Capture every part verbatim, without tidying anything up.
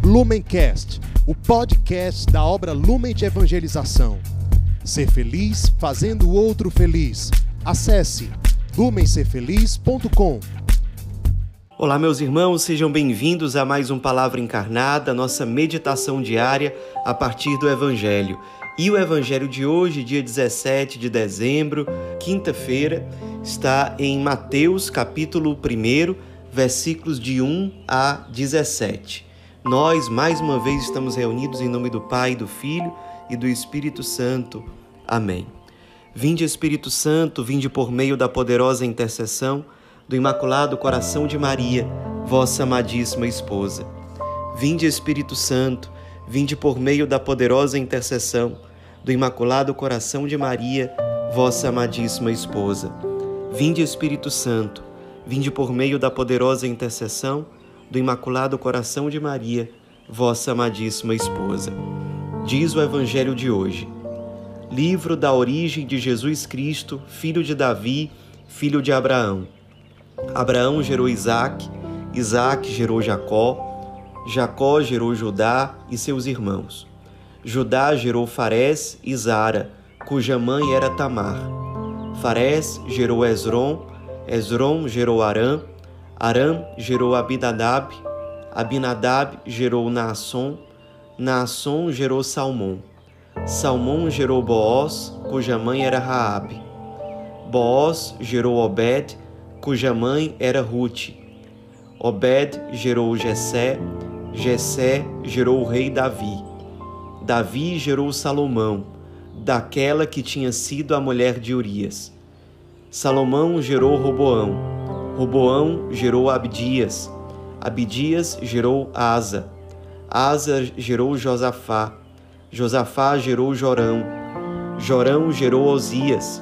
Lumencast, o podcast da obra Lumen de Evangelização. Ser feliz fazendo o outro feliz. Acesse lumen ser feliz ponto com. Olá, meus irmãos, sejam bem-vindos a mais um Palavra Encarnada, nossa meditação diária a partir do Evangelho. E o Evangelho de hoje, dia dezessete de dezembro, quinta-feira, está em Mateus, capítulo um, versículos de um a dezessete. Nós, mais uma vez, estamos reunidos em nome do Pai, do Filho e do Espírito Santo. Amém. Vinde, Espírito Santo, vinde por meio da poderosa intercessão do Imaculado Coração de Maria, vossa amadíssima esposa. Vinde, Espírito Santo, vinde por meio da poderosa intercessão do Imaculado Coração de Maria, vossa amadíssima esposa. Vinde, Espírito Santo, vinde por meio da poderosa intercessão do Imaculado Coração de Maria, vossa amadíssima esposa. Diz o Evangelho de hoje. Livro da origem de Jesus Cristo, filho de Davi, filho de Abraão. Abraão gerou Isaque, Isaque gerou Jacó, Jacó gerou Judá e seus irmãos. Judá gerou Farés e Zara, cuja mãe era Tamar. Farés gerou Esrom, Esrom gerou Arã, Arã gerou Abinadab, Abinadab gerou Naasson, Naasson gerou Salmão. Salmão gerou Boaz, cuja mãe era Raabe. Boaz gerou Obed, cuja mãe era Rute. Obed gerou Jessé, Jessé gerou o rei Davi. Davi gerou Salomão, daquela que tinha sido a mulher de Urias. Salomão gerou Roboão, Roboão gerou Abdias, Abdias gerou Asa, Asa gerou Josafá, Josafá gerou Jorão, Jorão gerou Osias,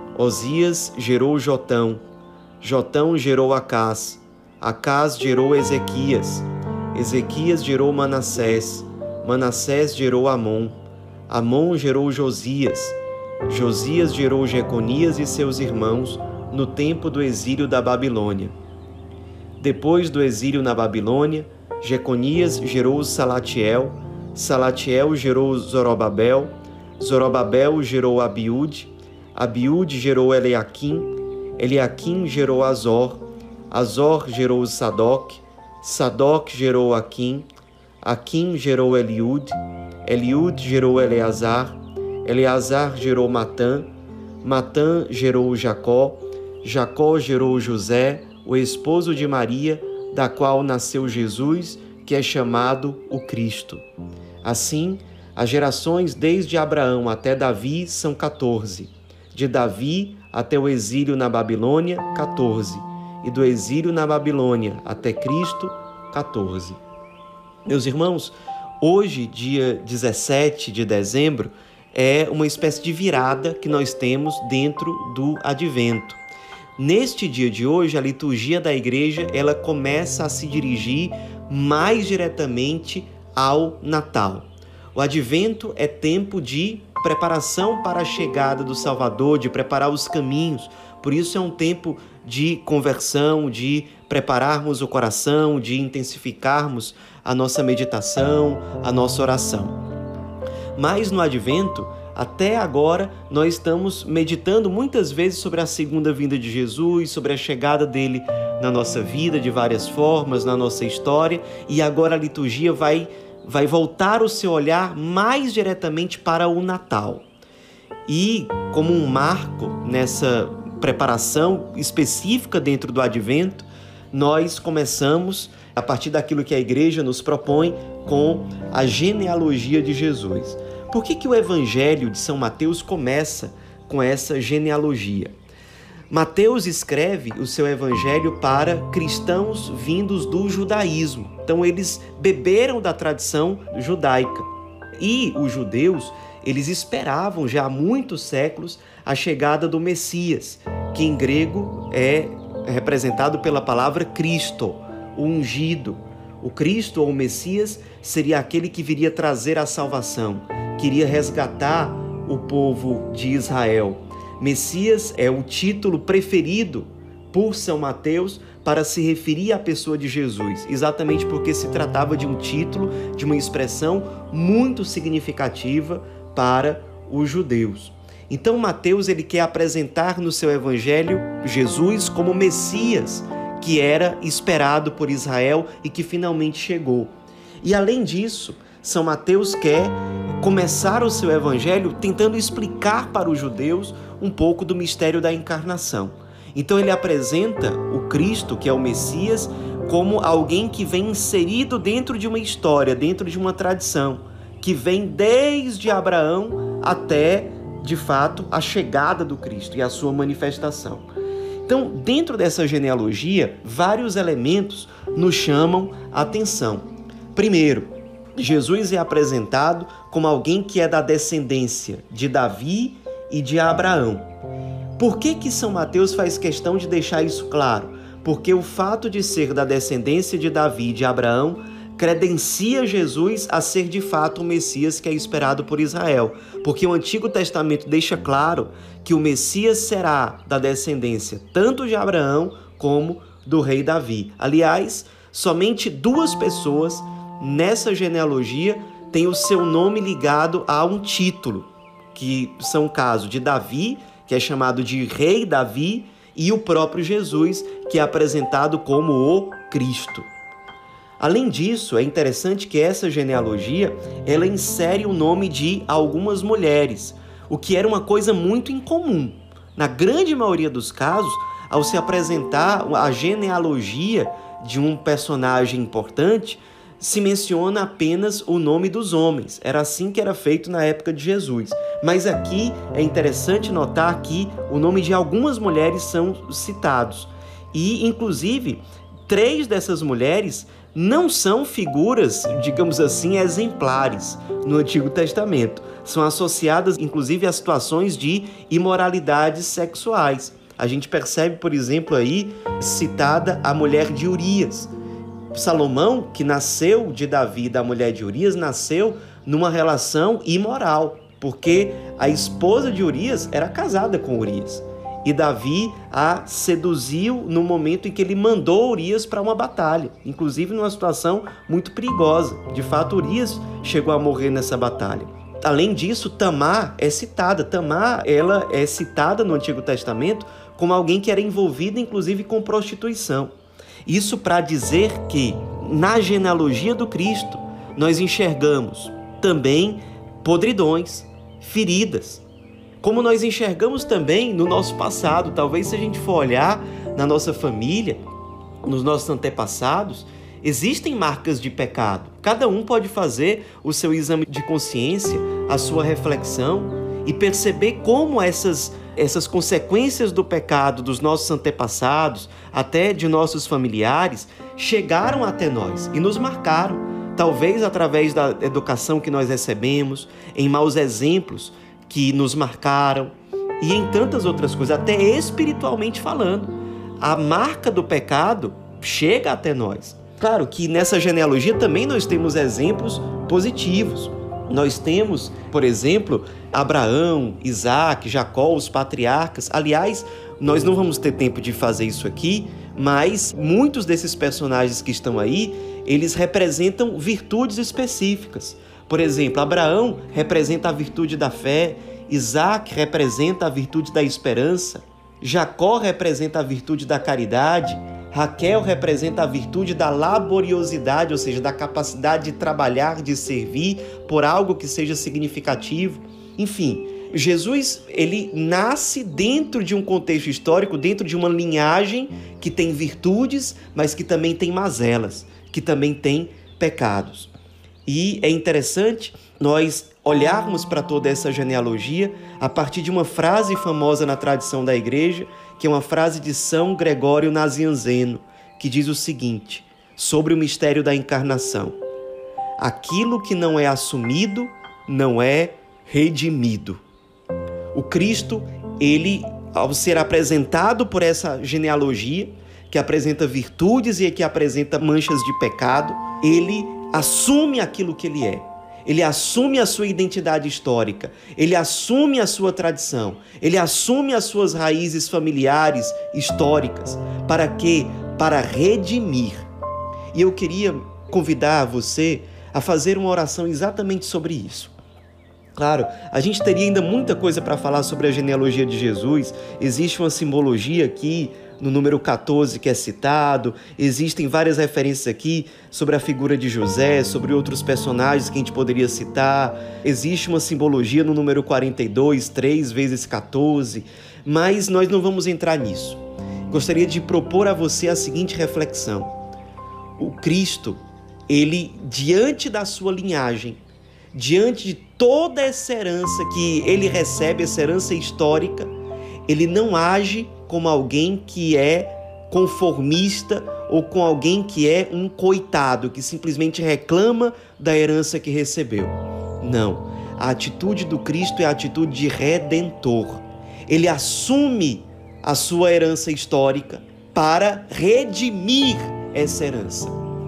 Osias gerou Jotão, Jotão gerou Acás, Acás gerou Ezequias, Ezequias gerou Manassés, Manassés gerou Amon, Amon gerou Josias, Josias gerou Jeconias e seus irmãos no tempo do exílio da Babilônia. Depois do exílio na Babilônia, Jeconias gerou Salatiel, Salatiel gerou Zorobabel, Zorobabel gerou Abiúde, Abiúde gerou Eliaquim, Eliaquim gerou Azor, Azor gerou Sadoc, Sadoc gerou Aquim, Aquim gerou Eliúde, Eliúde gerou Eleazar, Eleazar gerou Matã, Matã gerou Jacó, Jacó gerou José, o esposo de Maria, da qual nasceu Jesus, que é chamado o Cristo. Assim, as gerações desde Abraão até Davi são quatorze, de Davi até o exílio na Babilônia, quatorze, e do exílio na Babilônia até Cristo, quatorze. Meus irmãos, hoje, dia dezessete de dezembro, é uma espécie de virada que nós temos dentro do Advento. Neste dia de hoje, a liturgia da igreja ela começa a se dirigir mais diretamente ao Natal. O Advento é tempo de preparação para a chegada do Salvador, de preparar os caminhos. Por isso é um tempo de conversão, de prepararmos o coração, de intensificarmos a nossa meditação, a nossa oração. Mas no Advento, até agora, nós estamos meditando muitas vezes sobre a segunda vinda de Jesus, sobre a chegada dele na nossa vida de várias formas, na nossa história, e agora a liturgia vai, vai voltar o seu olhar mais diretamente para o Natal. E como um marco nessa preparação específica dentro do Advento, nós começamos, a partir daquilo que a igreja nos propõe, com a genealogia de Jesus. Por que que o Evangelho de São Mateus começa com essa genealogia? Mateus escreve o seu evangelho para cristãos vindos do judaísmo. Então eles beberam da tradição judaica. E os judeus, eles esperavam já há muitos séculos a chegada do Messias, que em grego é representado pela palavra Cristo, o ungido. O Cristo ou o Messias seria aquele que viria trazer a salvação, queria resgatar o povo de Israel. Messias é o título preferido por São Mateus para se referir à pessoa de Jesus, exatamente porque se tratava de um título, de uma expressão muito significativa para os judeus. Então Mateus ele quer apresentar no seu evangelho Jesus como Messias, que era esperado por Israel e que finalmente chegou. E além disso, São Mateus quer começar o seu evangelho tentando explicar para os judeus um pouco do mistério da encarnação. Então ele apresenta o Cristo, que é o Messias, como alguém que vem inserido dentro de uma história, dentro de uma tradição, que vem desde Abraão até, de fato, a chegada do Cristo e a sua manifestação. Então, dentro dessa genealogia, vários elementos nos chamam a atenção. Primeiro, Jesus é apresentado como alguém que é da descendência de Davi e de Abraão. Por que que São Mateus faz questão de deixar isso claro? Porque o fato de ser da descendência de Davi e de Abraão credencia Jesus a ser de fato o Messias que é esperado por Israel. Porque o Antigo Testamento deixa claro que o Messias será da descendência tanto de Abraão como do rei Davi. Aliás, somente duas pessoas nessa genealogia têm o seu nome ligado a um título, que são o caso de Davi, que é chamado de Rei Davi, e o próprio Jesus, que é apresentado como o Cristo. Além disso, é interessante que essa genealogia, ela insere o nome de algumas mulheres, o que era uma coisa muito incomum. Na grande maioria dos casos, ao se apresentar a genealogia de um personagem importante, se menciona apenas o nome dos homens. Era assim que era feito na época de Jesus. Mas aqui é interessante notar que o nome de algumas mulheres são citados. E, inclusive, três dessas mulheres não são figuras, digamos assim, exemplares no Antigo Testamento. São associadas, inclusive, a situações de imoralidades sexuais. A gente percebe, por exemplo, aí citada a mulher de Urias. Salomão, que nasceu de Davi, da mulher de Urias, nasceu numa relação imoral, porque a esposa de Urias era casada com Urias. E Davi a seduziu no momento em que ele mandou Urias para uma batalha, inclusive numa situação muito perigosa. De fato, Urias chegou a morrer nessa batalha. Além disso, Tamar é citada. Tamar, ela é citada no Antigo Testamento como alguém que era envolvida, inclusive, com prostituição. Isso para dizer que, na genealogia do Cristo, nós enxergamos também podridões, feridas, como nós enxergamos também no nosso passado. Talvez se a gente for olhar na nossa família, nos nossos antepassados, existem marcas de pecado. Cada um pode fazer o seu exame de consciência, a sua reflexão e perceber como essas essas consequências do pecado dos nossos antepassados, até de nossos familiares, chegaram até nós e nos marcaram. Talvez através da educação que nós recebemos, em maus exemplos que nos marcaram e em tantas outras coisas, até espiritualmente falando. A marca do pecado chega até nós. Claro que nessa genealogia também nós temos exemplos positivos. Nós temos, por exemplo, Abraão, Isaac, Jacó, os patriarcas. Aliás, nós não vamos ter tempo de fazer isso aqui, mas muitos desses personagens que estão aí, eles representam virtudes específicas. Por exemplo, Abraão representa a virtude da fé, Isaac representa a virtude da esperança, Jacó representa a virtude da caridade, Raquel representa a virtude da laboriosidade, ou seja, da capacidade de trabalhar, de servir por algo que seja significativo. Enfim, Jesus, ele nasce dentro de um contexto histórico, dentro de uma linhagem que tem virtudes, mas que também tem mazelas, que também tem pecados. E é interessante nós olharmos para toda essa genealogia a partir de uma frase famosa na tradição da igreja, que é uma frase de São Gregório Nazianzeno, que diz o seguinte, sobre o mistério da encarnação: aquilo que não é assumido não é redimido. O Cristo, ele, ao ser apresentado por essa genealogia, que apresenta virtudes e que apresenta manchas de pecado, ele assume aquilo que ele é. Ele assume a sua identidade histórica, ele assume a sua tradição, ele assume as suas raízes familiares históricas. Para quê? Para redimir. E eu queria convidar você a fazer uma oração exatamente sobre isso. Claro, a gente teria ainda muita coisa para falar sobre a genealogia de Jesus. Existe uma simbologia aqui no número quatorze que é citado, existem várias referências aqui sobre a figura de José, sobre outros personagens que a gente poderia citar. Existe uma simbologia no número quarenta e dois, três vezes quatorze, mas nós não vamos entrar nisso. Gostaria de propor a você a seguinte reflexão. O Cristo, ele, diante da sua linhagem, diante de toda essa herança que ele recebe, essa herança histórica, ele não age como alguém que é conformista ou com alguém que é um coitado, que simplesmente reclama da herança que recebeu. Não. A atitude do Cristo é a atitude de redentor. Ele assume a sua herança histórica para redimir essa herança.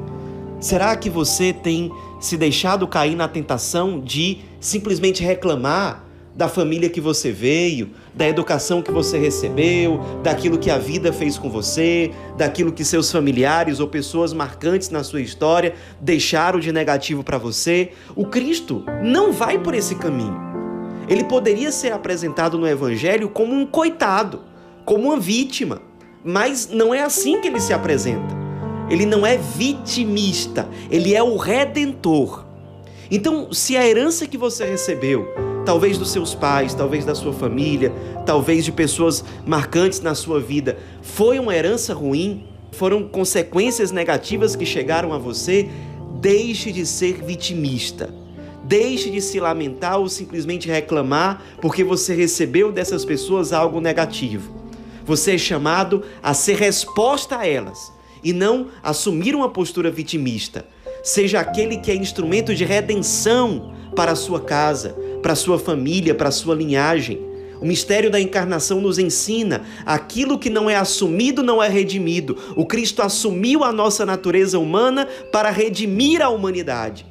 Será que você tem se deixado cair na tentação de simplesmente reclamar da família que você veio, da educação que você recebeu, daquilo que a vida fez com você, daquilo que seus familiares ou pessoas marcantes na sua história deixaram de negativo para você? O Cristo não vai por esse caminho. Ele poderia ser apresentado no Evangelho como um coitado, como uma vítima, mas não é assim que ele se apresenta. Ele não é vitimista, ele é o redentor. Então, se a herança que você recebeu, talvez dos seus pais, talvez da sua família, talvez de pessoas marcantes na sua vida, foi uma herança ruim, foram consequências negativas que chegaram a você, deixe de ser vitimista. Deixe de se lamentar ou simplesmente reclamar porque você recebeu dessas pessoas algo negativo. Você é chamado a ser resposta a elas e não assumir uma postura vitimista. Seja aquele que é instrumento de redenção para a sua casa, para a sua família, para a sua linhagem. O mistério da encarnação nos ensina: aquilo que não é assumido não é redimido. O Cristo assumiu a nossa natureza humana para redimir a humanidade.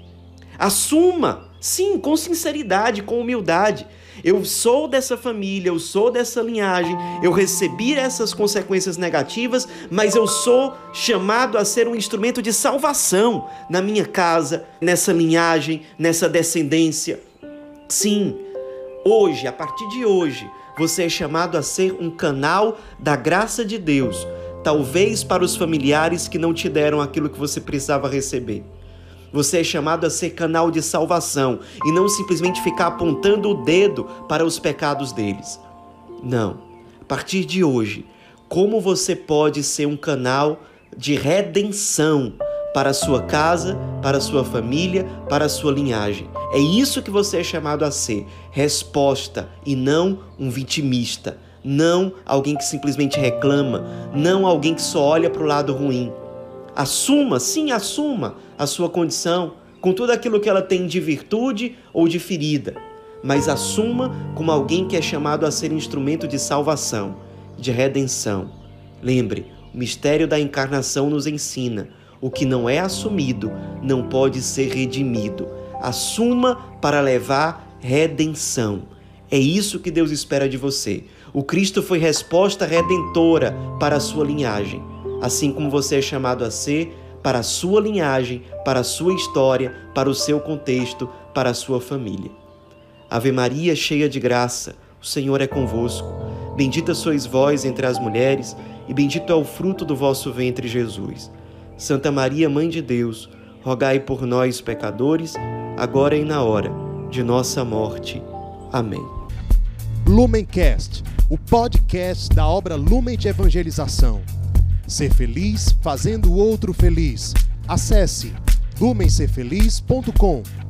Assuma, sim, com sinceridade, com humildade. Eu sou dessa família, eu sou dessa linhagem, eu recebi essas consequências negativas, mas eu sou chamado a ser um instrumento de salvação na minha casa, nessa linhagem, nessa descendência. Sim, hoje, a partir de hoje, você é chamado a ser um canal da graça de Deus, talvez para os familiares que não te deram aquilo que você precisava receber. Você é chamado a ser canal de salvação e não simplesmente ficar apontando o dedo para os pecados deles. Não. A partir de hoje, como você pode ser um canal de redenção para a sua casa, para a sua família, para a sua linhagem? É isso que você é chamado a ser. Resposta e não um vitimista. Não alguém que simplesmente reclama. Não alguém que só olha para o lado ruim. Assuma, sim, assuma a sua condição com tudo aquilo que ela tem de virtude ou de ferida, mas assuma como alguém que é chamado a ser instrumento de salvação, de redenção. Lembre, o mistério da encarnação nos ensina: o que não é assumido não pode ser redimido. Assuma para levar redenção. É isso que Deus espera de você. O Cristo foi resposta redentora para a sua linhagem, assim como você é chamado a ser para a sua linhagem, para a sua história, para o seu contexto, para a sua família. Ave Maria, cheia de graça, o Senhor é convosco. Bendita sois vós entre as mulheres, e bendito é o fruto do vosso ventre, Jesus. Santa Maria, Mãe de Deus, rogai por nós, pecadores, agora e na hora de nossa morte. Amém. Lumencast, o podcast da obra Lumen de Evangelização. Ser feliz fazendo o outro feliz. Acesse lumen ser feliz ponto com.